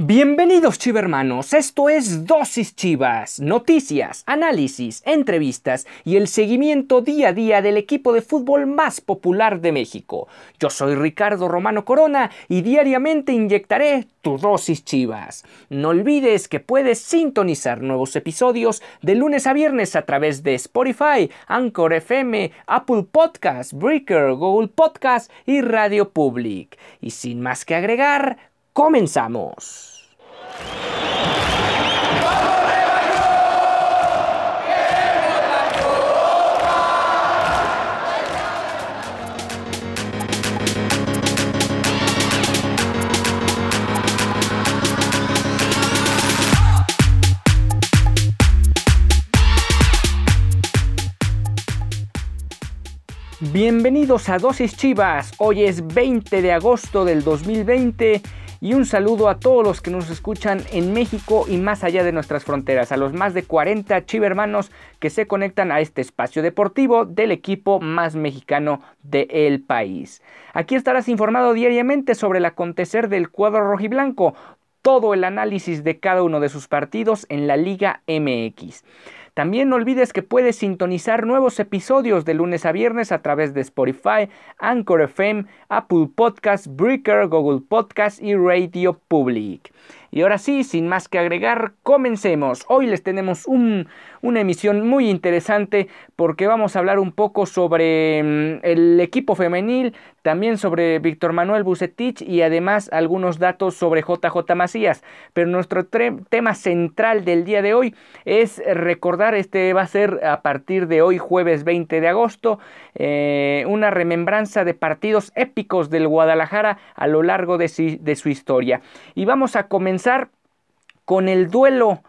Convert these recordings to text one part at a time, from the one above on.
Bienvenidos chivermanos, esto es Dosis Chivas, noticias, análisis, entrevistas y el seguimiento día a día del equipo de fútbol más popular de México. Yo soy Ricardo Romano Corona y diariamente inyectaré tu dosis Chivas. No olvides que puedes sintonizar nuevos episodios de lunes a viernes a través de Spotify, Anchor FM, Apple Podcasts, Breaker, Google Podcasts y Radio Public. Y sin más que agregar, ¡comenzamos! Bienvenidos a Dosis Chivas, hoy es 20 de agosto del 2020 y un saludo a todos los que nos escuchan en México y más allá de nuestras fronteras, a los más de 40 chivermanos que se conectan a este espacio deportivo del equipo más mexicano del país. Aquí estarás informado diariamente sobre el acontecer del cuadro rojiblanco, todo el análisis de cada uno de sus partidos en la Liga MX. También no olvides que puedes sintonizar nuevos episodios de lunes a viernes a través de Spotify, Anchor FM, Apple Podcasts, Breaker, Google Podcasts y Radio Public. Y ahora sí, sin más que agregar, comencemos. Hoy les tenemos una emisión muy interesante porque vamos a hablar un poco sobre el equipo femenil, también sobre Víctor Manuel Vucetich y además algunos datos sobre JJ Macías. Pero nuestro tema central del día de hoy es recordar, va a ser a partir de hoy jueves 20 de agosto, una remembranza de partidos épicos del Guadalajara a lo largo de su historia. Y vamos a comenzar con el duelo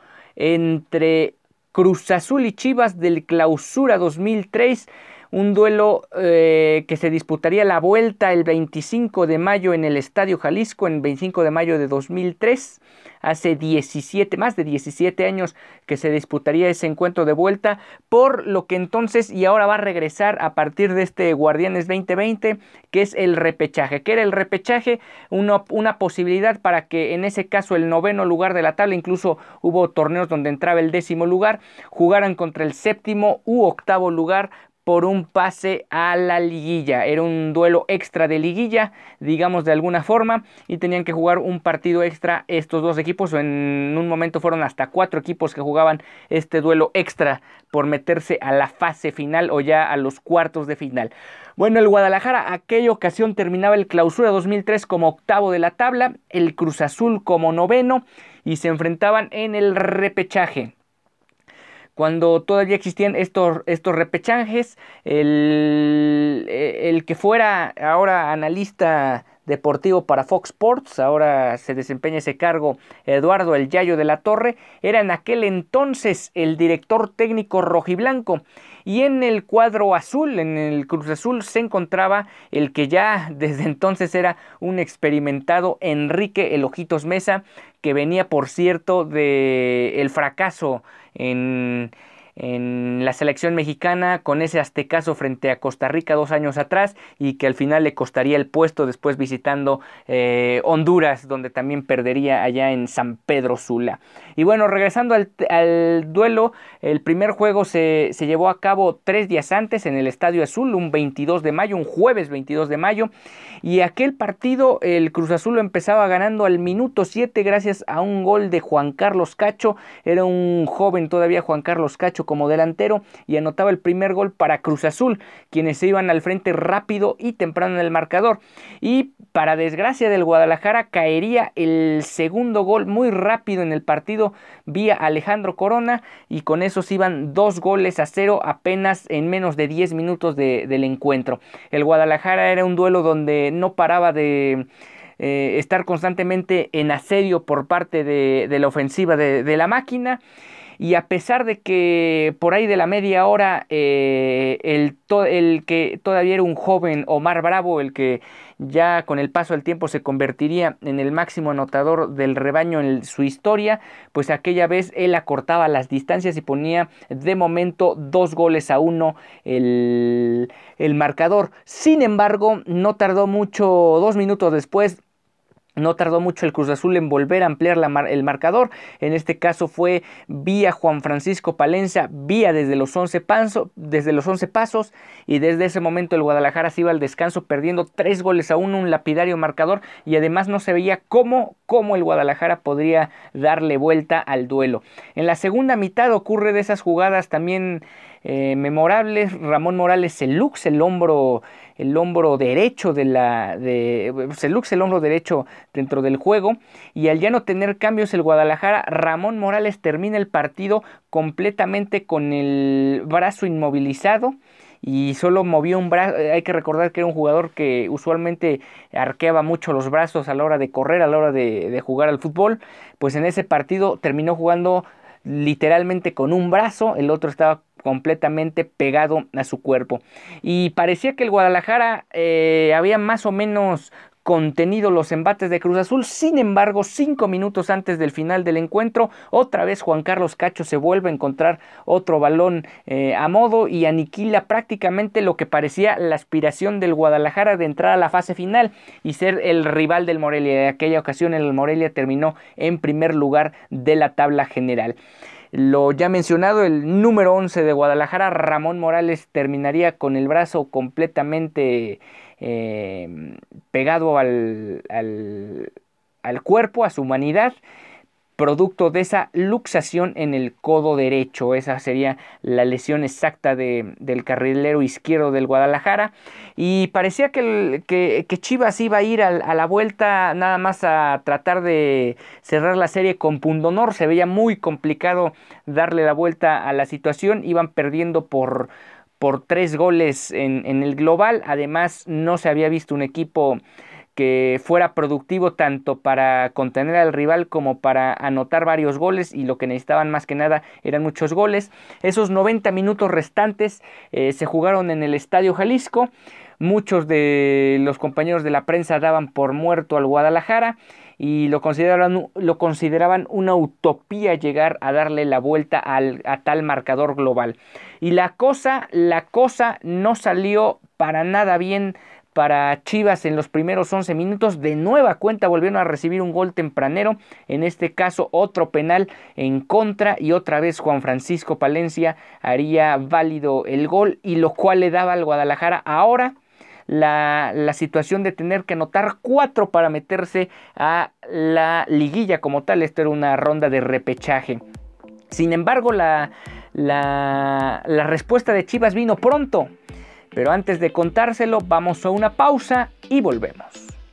entre Cruz Azul y Chivas del Clausura 2003, un duelo que se disputaría la vuelta el 25 de mayo en el Estadio Jalisco, en el 25 de mayo de 2003, hace más de 17 años que se disputaría ese encuentro de vuelta, por lo que entonces y ahora va a regresar a partir de este Guardianes 2020, que es el repechaje. ¿Qué era el repechaje? Una posibilidad para que en ese caso el 9º lugar de la tabla, incluso hubo torneos donde entraba el 10º lugar, jugaran contra el 7º u 8º lugar por un pase a la liguilla. Era un duelo extra de liguilla, digamos de alguna forma, y tenían que jugar un partido extra estos dos equipos, o en un momento fueron hasta 4 equipos que jugaban este duelo extra por meterse a la fase final o ya a los cuartos de final. Bueno, el Guadalajara aquella ocasión terminaba el Clausura 2003 como 8º de la tabla, el Cruz Azul como 9º, y se enfrentaban en el repechaje. Cuando todavía existían estos repechajes, el que fuera ahora analista deportivo para Fox Sports, ahora se desempeña ese cargo Eduardo El Yayo de la Torre, era en aquel entonces el director técnico rojiblanco. Y en el cuadro azul, en el Cruz Azul, se encontraba el que ya desde entonces era un experimentado Enrique El Ojitos Mesa, que venía, por cierto, del fracaso en la selección mexicana con ese aztecaso frente a Costa Rica 2 años atrás, y que al final le costaría el puesto después visitando Honduras, donde también perdería allá en San Pedro Sula. Y bueno, regresando al duelo, el primer juego se llevó a cabo 3 días antes en el Estadio Azul, un jueves 22 de mayo, y aquel partido el Cruz Azul lo empezaba ganando al minuto 7 gracias a un gol de Juan Carlos Cacho. Era un joven todavía Juan Carlos Cacho como delantero, y anotaba el primer gol para Cruz Azul, quienes se iban al frente rápido y temprano en el marcador. Y para desgracia del Guadalajara caería el segundo gol muy rápido en el partido vía Alejandro Corona, y con eso se iban 2-0 apenas en menos de 10 minutos del encuentro. El Guadalajara era un duelo donde no paraba de estar constantemente en asedio por parte de la ofensiva de la máquina. Y a pesar de que por ahí de la media hora el que todavía era un joven Omar Bravo, el que ya con el paso del tiempo se convertiría en el máximo anotador del rebaño en su historia, pues aquella vez él acortaba las distancias y ponía de momento 2-1 el marcador. Sin embargo, no tardó mucho, 2 minutos después, No tardó mucho el Cruz Azul en volver a ampliar el marcador. En este caso fue vía Juan Francisco Palencia, vía desde los 11 pasos. Y desde ese momento el Guadalajara se iba al descanso perdiendo 3-1, un lapidario marcador. Y además no se veía cómo el Guadalajara podría darle vuelta al duelo. En la segunda mitad ocurre de esas jugadas también memorables. Ramón Morales se luxa el hombro derecho dentro del juego, y al ya no tener cambios el Guadalajara, Ramón Morales termina el partido completamente con el brazo inmovilizado y solo movió un brazo. Hay que recordar que era un jugador que usualmente arqueaba mucho los brazos a la hora de correr, a la hora de jugar al fútbol. Pues en ese partido terminó jugando literalmente con un brazo, el otro estaba completamente pegado a su cuerpo. Y parecía que el Guadalajara había más o menos contenido los embates de Cruz Azul. Sin embargo, 5 minutos antes del final del encuentro, otra vez Juan Carlos Cacho se vuelve a encontrar otro balón a modo y aniquila prácticamente lo que parecía la aspiración del Guadalajara de entrar a la fase final y ser el rival del Morelia. En aquella ocasión el Morelia terminó en primer lugar de la tabla general. Lo ya mencionado, el número 11 de Guadalajara, Ramón Morales, terminaría con el brazo completamente pegado al cuerpo, a su humanidad, producto de esa luxación en el codo derecho. Esa sería la lesión exacta del carrilero izquierdo del Guadalajara. Y parecía que Chivas iba a ir a la vuelta nada más a tratar de cerrar la serie con pundonor. Se veía muy complicado darle la vuelta a la situación. Iban perdiendo por 3 goles en el global. Además, no se había visto un equipo que fuera productivo tanto para contener al rival como para anotar varios goles, y lo que necesitaban más que nada eran muchos goles. Esos 90 minutos restantes se jugaron en el Estadio Jalisco. Muchos de los compañeros de la prensa daban por muerto al Guadalajara y lo consideraban una utopía llegar a darle la vuelta a tal marcador global. Y la cosa no salió para nada bien para Chivas en los primeros 11 minutos. De nueva cuenta volvieron a recibir un gol tempranero, en este caso otro penal en contra, y otra vez Juan Francisco Palencia haría válido el gol, y lo cual le daba al Guadalajara ahora la situación de tener que anotar 4 para meterse a la liguilla como tal. Esto era una ronda de repechaje. Sin embargo, la respuesta de Chivas vino pronto. Pero antes de contárselo, vamos a una pausa y volvemos.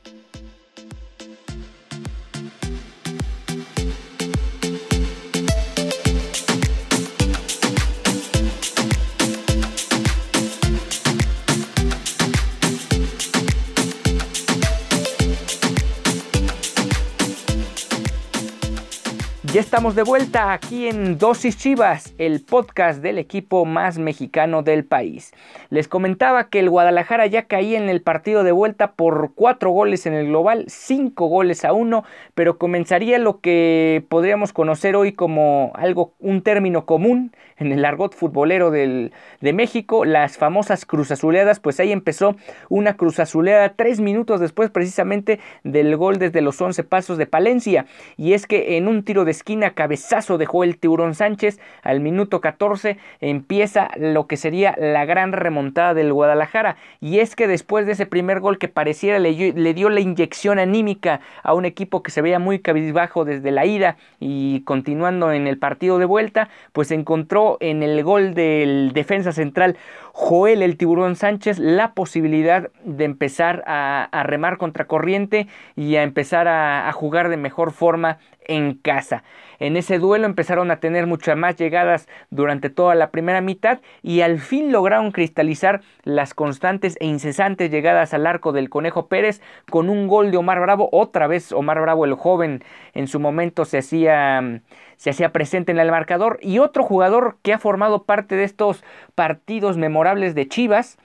Ya estamos de vuelta aquí en Dosis Chivas, el podcast del equipo más mexicano del país. Les comentaba que el Guadalajara ya caía en el partido de vuelta por 4 goles en el global, 5-1, pero comenzaría lo que podríamos conocer hoy como un término común en el argot futbolero de México, las famosas cruzazuleadas. Pues ahí empezó una cruzazuleada 3 minutos después precisamente del gol desde los 11 pasos de Palencia, y es que en un tiro de esquina, cabezazo de Joel Tiburón Sánchez, al minuto 14 empieza lo que sería la gran remontada del Guadalajara. Y es que después de ese primer gol que pareciera le dio la inyección anímica a un equipo que se veía muy cabizbajo desde la ida, y continuando en el partido de vuelta, pues encontró en el gol del defensa central Joel el Tiburón Sánchez la posibilidad de empezar a remar contracorriente y a empezar a jugar de mejor forma en casa. En ese duelo empezaron a tener muchas más llegadas durante toda la primera mitad, y al fin lograron cristalizar las constantes e incesantes llegadas al arco del Conejo Pérez con un gol de Omar Bravo. Otra vez Omar Bravo, el joven, en su momento se hacía presente en el marcador, y otro jugador que ha formado parte de estos partidos memorables de Chivas,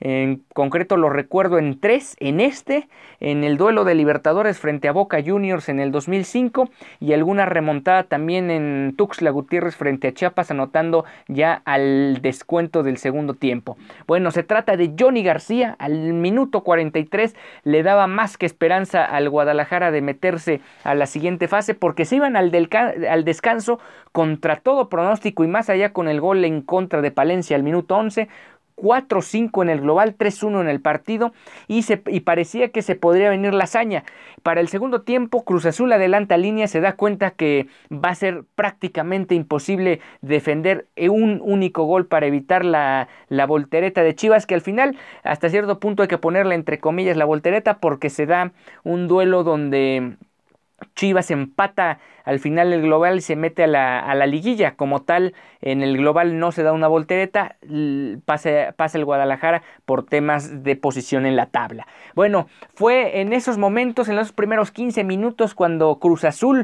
En concreto lo recuerdo en tres, en el duelo de Libertadores frente a Boca Juniors en el 2005 y alguna remontada también en Tuxtla Gutiérrez frente a Chiapas, anotando ya al descuento del segundo tiempo. Bueno, se trata de Johnny García. Al minuto 43 le daba más que esperanza al Guadalajara de meterse a la siguiente fase, porque se iban al descanso contra todo pronóstico y más allá, con el gol en contra de Palencia al minuto 11. 4-5 en el global, 3-1 en el partido y parecía que se podría venir la hazaña. Para el segundo tiempo, Cruz Azul adelanta línea, se da cuenta que va a ser prácticamente imposible defender un único gol para evitar la voltereta de Chivas, que al final hasta cierto punto hay que ponerle entre comillas la voltereta, porque se da un duelo donde Chivas empata al final el global y se mete a la liguilla. Como tal, en el global no se da una voltereta, pasa el Guadalajara por temas de posición en la tabla. Bueno, fue en esos momentos, en los primeros 15 minutos, cuando Cruz Azul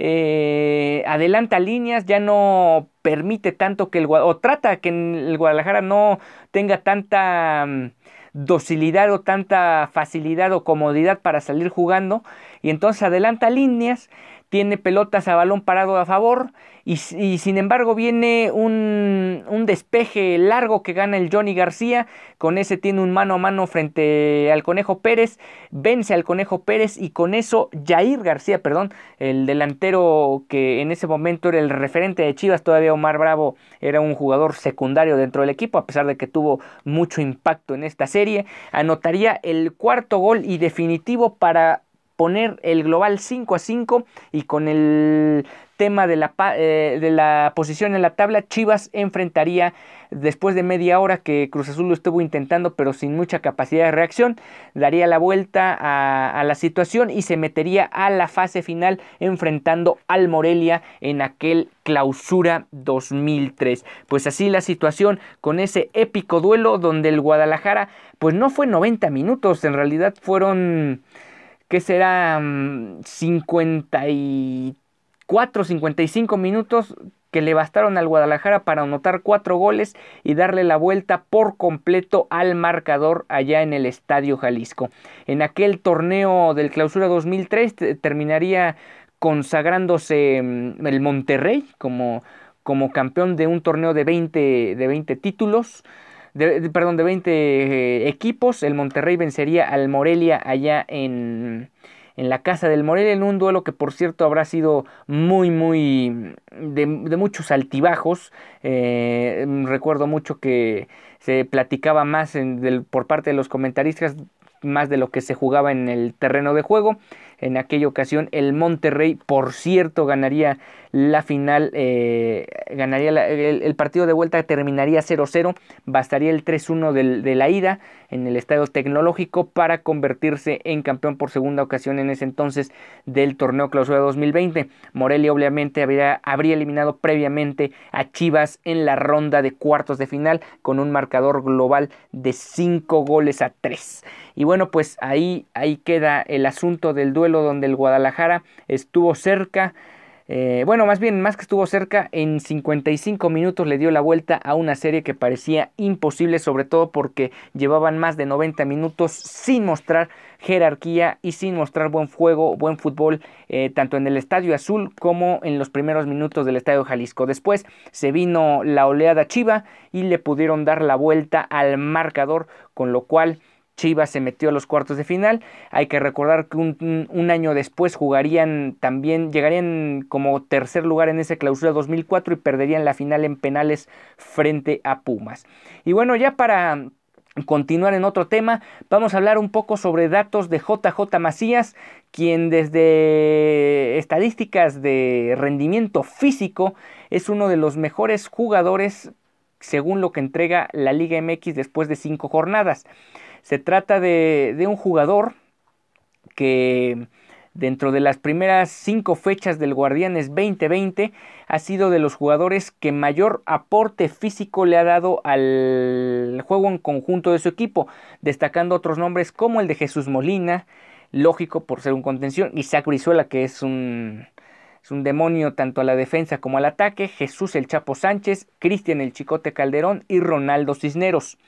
adelanta líneas, ya no permite tanto que o trata que el Guadalajara no tenga tanta docilidad o tanta facilidad o comodidad para salir jugando, y entonces adelanta líneas, tiene pelotas a balón parado a favor y sin embargo viene un despeje largo que gana el Johnny García. Con ese tiene un mano a mano frente al Conejo Pérez, vence al Conejo Pérez y con eso Jair García, el delantero que en ese momento era el referente de Chivas, todavía Omar Bravo era un jugador secundario dentro del equipo, a pesar de que tuvo mucho impacto en esta serie, anotaría el cuarto gol y definitivo para poner el global 5-5, y con el tema de la posición en la tabla, Chivas enfrentaría, después de media hora que Cruz Azul lo estuvo intentando pero sin mucha capacidad de reacción, daría la vuelta a la situación y se metería a la fase final enfrentando al Morelia en aquel Clausura 2003. Pues así la situación con ese épico duelo donde el Guadalajara, pues no fue 90 minutos, en realidad fueron, ¿qué será? 55 minutos que le bastaron al Guadalajara para anotar 4 goles y darle la vuelta por completo al marcador allá en el Estadio Jalisco. En aquel torneo del Clausura 2003 terminaría consagrándose el Monterrey como campeón de un torneo de 20 títulos. De 20 equipos. El Monterrey vencería al Morelia allá en la casa del Morelia, en un duelo que por cierto habrá sido muy de muchos altibajos. Recuerdo mucho que se platicaba más por parte de los comentaristas, más de lo que se jugaba en el terreno de juego. En aquella ocasión el Monterrey, por cierto, ganaría la final, el partido de vuelta terminaría 0-0, bastaría el 3-1 de la ida en el Estadio Tecnológico para convertirse en campeón por segunda ocasión en ese entonces del torneo Clausura 2020. Morelia obviamente habría eliminado previamente a Chivas en la ronda de cuartos de final con un marcador global de 5-3. Y bueno, pues ahí queda el asunto del duelo, donde el Guadalajara estuvo cerca. Más que estuvo cerca, en 55 minutos le dio la vuelta a una serie que parecía imposible, sobre todo porque llevaban más de 90 minutos sin mostrar jerarquía y sin mostrar buen juego, buen fútbol, tanto en el Estadio Azul como en los primeros minutos del Estadio Jalisco. Después se vino la oleada chiva y le pudieron dar la vuelta al marcador, con lo cual Chivas se metió a los cuartos de final. Hay que recordar que un año después llegarían como tercer lugar en ese Clausura 2004 y perderían la final en penales frente a Pumas. Y bueno, ya para continuar en otro tema, vamos a hablar un poco sobre datos de JJ Macías, quien desde estadísticas de rendimiento físico es uno de los mejores jugadores según lo que entrega la Liga MX después de 5 jornadas. Se trata de un jugador que dentro de las primeras 5 fechas del Guardianes 2020 ha sido de los jugadores que mayor aporte físico le ha dado al juego en conjunto de su equipo, destacando otros nombres como el de Jesús Molina, lógico por ser un contención, Isaac Brizuela, que es un demonio tanto a la defensa como al ataque, Jesús el Chapo Sánchez, Cristian el Chicote Calderón y Ronaldo Cisneros.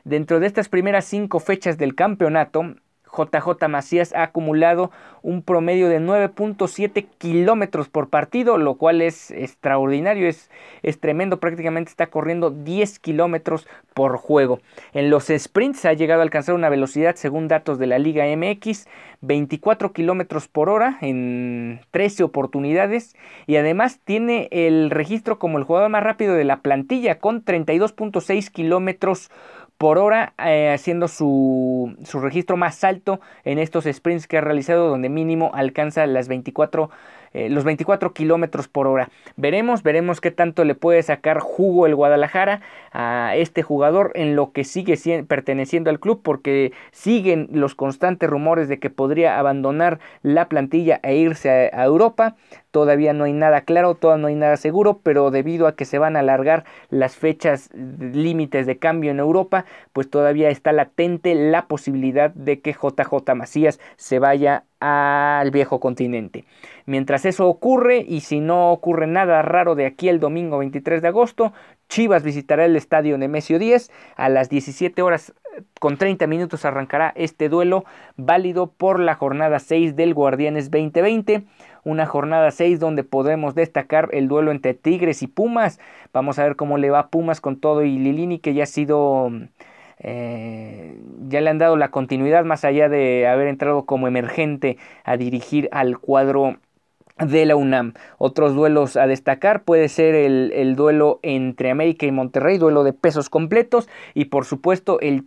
Dentro de estas primeras 5 fechas del campeonato, JJ Macías ha acumulado un promedio de 9.7 kilómetros por partido, lo cual es extraordinario, es tremendo, prácticamente está corriendo 10 kilómetros por juego. En los sprints ha llegado a alcanzar una velocidad, según datos de la Liga MX, 24 kilómetros por hora en 13 oportunidades, y además tiene el registro como el jugador más rápido de la plantilla con 32.6 kilómetros por hora, haciendo su registro más alto en estos sprints que ha realizado, donde mínimo alcanza los 24 kilómetros por hora. Veremos qué tanto le puede sacar jugo el Guadalajara a este jugador en lo que sigue perteneciendo al club, porque siguen los constantes rumores de que podría abandonar la plantilla e irse a Europa. Todavía no hay nada claro, todavía no hay nada seguro, pero debido a que se van a alargar las fechas límites de cambio en Europa, pues todavía está latente la posibilidad de que JJ Macías se vaya al viejo continente. Mientras eso ocurre, y si no ocurre nada raro de aquí el domingo 23 de agosto, Chivas visitará el estadio Nemesio 10 a las 17 horas con 30 minutos arrancará este duelo válido por la jornada 6 del Guardianes 2020. Una jornada 6 donde podemos destacar el duelo entre Tigres y Pumas. Vamos a ver cómo le va a Pumas con todo y Lilini, que ya ha sido... ya le han dado la continuidad más allá de haber entrado como emergente a dirigir al cuadro de la UNAM. Otros duelos a destacar puede ser el duelo entre América y Monterrey, duelo de pesos completos, y por supuesto el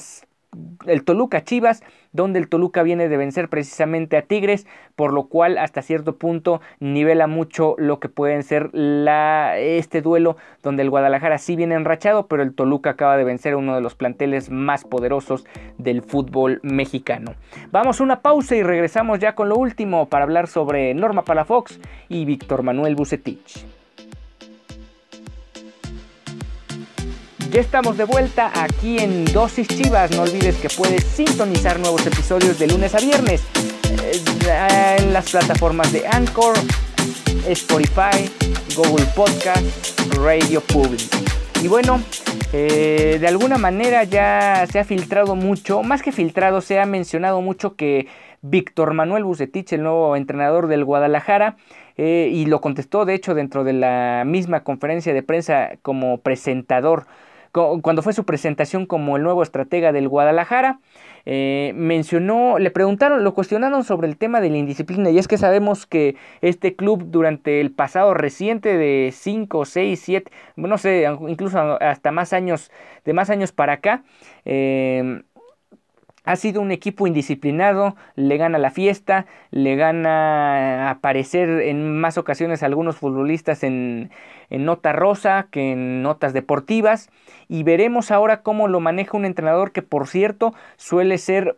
Toluca Chivas, donde el Toluca viene de vencer precisamente a Tigres, por lo cual hasta cierto punto nivela mucho lo que pueden ser este duelo, donde el Guadalajara sí viene enrachado, pero el Toluca acaba de vencer a uno de los planteles más poderosos del fútbol mexicano. Vamos a una pausa y regresamos ya con lo último para hablar sobre Norma Palafox y Víctor Manuel Vucetich. Ya estamos de vuelta aquí en Dosis Chivas. No olvides que puedes sintonizar nuevos episodios de lunes a viernes en las plataformas de Anchor, Spotify, Google Podcast, Radio Public. Y bueno, de alguna manera ya se ha filtrado mucho, más que filtrado, se ha mencionado mucho que Víctor Manuel Vucetich, el nuevo entrenador del Guadalajara, y lo contestó de hecho dentro de la misma conferencia de prensa como presentador, cuando fue su presentación como el nuevo estratega del Guadalajara, le preguntaron, lo cuestionaron sobre el tema de la indisciplina, y es que sabemos que este club durante el pasado reciente de 5, 6, 7, no sé, incluso hasta más años para acá, ha sido un equipo indisciplinado, le gana la fiesta, le gana aparecer en más ocasiones a algunos futbolistas en nota rosa que en notas deportivas, y veremos ahora cómo lo maneja un entrenador que, por cierto, suele ser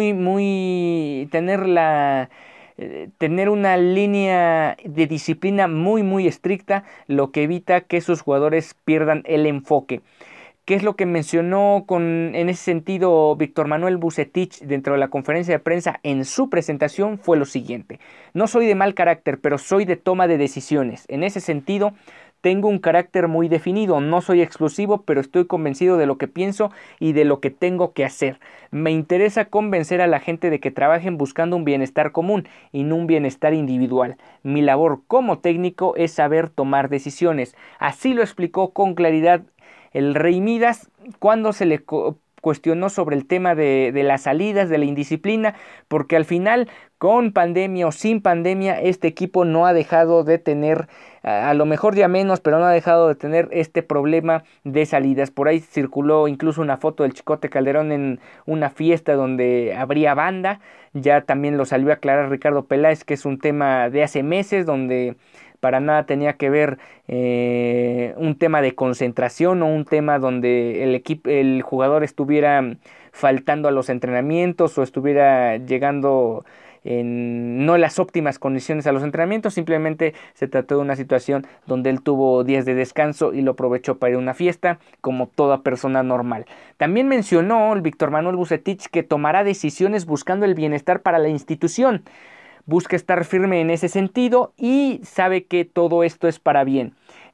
tener una línea de disciplina muy estricta, lo que evita que sus jugadores pierdan el enfoque. ¿Qué es lo que mencionó en ese sentido Víctor Manuel Vucetich dentro de la conferencia de prensa en su presentación? Fue lo siguiente: no soy de mal carácter, pero soy de toma de decisiones. En ese sentido, tengo un carácter muy definido, no soy explosivo, pero estoy convencido de lo que pienso y de lo que tengo que hacer. Me interesa convencer a la gente de que trabajen buscando un bienestar común y no un bienestar individual. Mi labor como técnico es saber tomar decisiones. Así lo explicó con claridad el Rey Midas cuando se le cuestionó sobre el tema de las salidas, de la indisciplina, porque al final, con pandemia o sin pandemia, este equipo no ha dejado de tener, a lo mejor ya menos, pero no ha dejado de tener este problema de salidas. Por ahí circuló incluso una foto del Chicote Calderón en una fiesta donde habría banda. Ya también lo salió a aclarar Ricardo Peláez, que es un tema de hace meses, donde para nada tenía que ver un tema de concentración o un tema donde el jugador estuviera faltando a los entrenamientos o estuviera llegando no en las óptimas condiciones a los entrenamientos. Simplemente se trató de una situación donde él tuvo días de descanso y lo aprovechó para ir a una fiesta como toda persona normal. También mencionó el Víctor Manuel Vucetich que tomará decisiones buscando el bienestar para la institución. Busca estar firme en ese sentido y sabe que todo esto es para bien.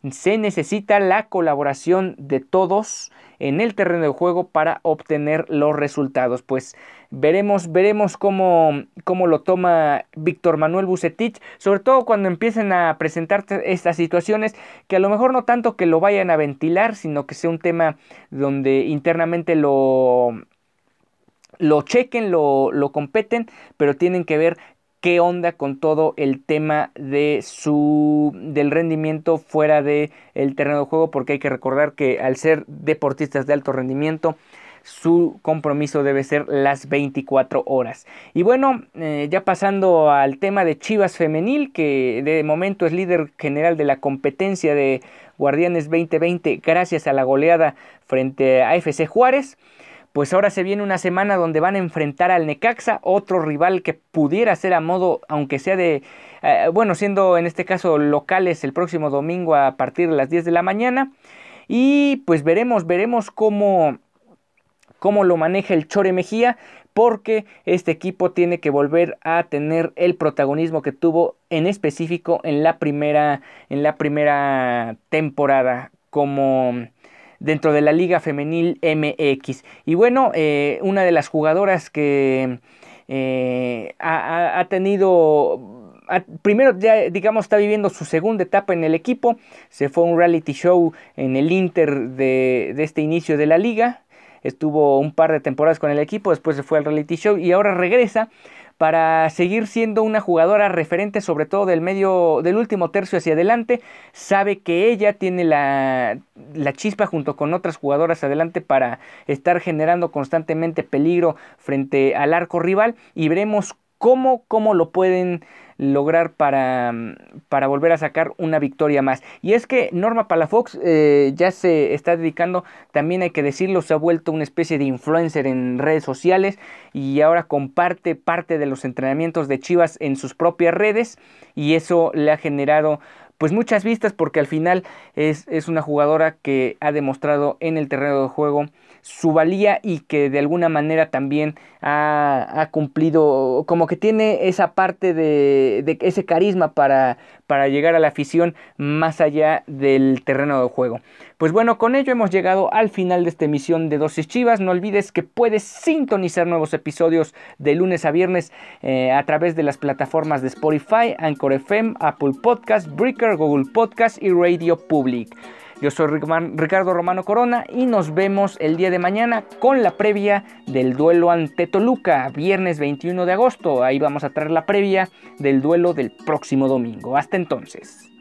se necesita la colaboración de todos en el terreno de juego para obtener los resultados. Pues veremos cómo lo toma Víctor Manuel Vucetich, sobre todo cuando empiecen a presentarse estas situaciones, que a lo mejor no tanto que lo vayan a ventilar, sino que sea un tema donde internamente lo chequen, lo competen, pero tienen que ver qué onda con todo el tema del rendimiento fuera del terreno de juego, porque hay que recordar que al ser deportistas de alto rendimiento, su compromiso debe ser las 24 horas. Y bueno, ya pasando al tema de Chivas Femenil, que de momento es líder general de la competencia de Guardianes 2020 gracias a la goleada frente a FC Juárez. Pues ahora se viene una semana donde van a enfrentar al Necaxa, otro rival que pudiera ser a modo, aunque sea siendo en este caso locales el próximo domingo a partir de las 10 de la mañana. Y pues veremos cómo lo maneja el Chore Mejía, porque este equipo tiene que volver a tener el protagonismo que tuvo en específico en la primera temporada como dentro de la Liga Femenil MX. Y bueno, una de las jugadoras que ha tenido... Primero ya digamos está viviendo su segunda etapa en el equipo, se fue a un reality show en el Inter de este inicio de la liga, estuvo un par de temporadas con el equipo, después se fue al reality show y ahora regresa para seguir siendo una jugadora referente, sobre todo del último tercio hacia adelante. Sabe que ella tiene la chispa junto con otras jugadoras adelante para estar generando constantemente peligro frente al arco rival, y veremos cómo lo pueden lograr para volver a sacar una victoria más. Y es que Norma Palafox ya se está dedicando, también hay que decirlo, se ha vuelto una especie de influencer en redes sociales y ahora comparte parte de los entrenamientos de Chivas en sus propias redes, y eso le ha generado pues muchas vistas, porque al final es una jugadora que ha demostrado en el terreno de juego su valía y que de alguna manera también ha cumplido, como que tiene esa parte de ese carisma para llegar a la afición más allá del terreno de juego. Pues bueno, con ello hemos llegado al final de esta emisión de Dosis Chivas. No olvides que puedes sintonizar nuevos episodios de lunes a viernes a través de las plataformas de Spotify, Anchor FM, Apple Podcast, Breaker, Google Podcast y Radio Public. Yo soy Ricardo Romano Corona y nos vemos el día de mañana con la previa del duelo ante Toluca, viernes 21 de agosto. Ahí vamos a traer la previa del duelo del próximo domingo. Hasta entonces.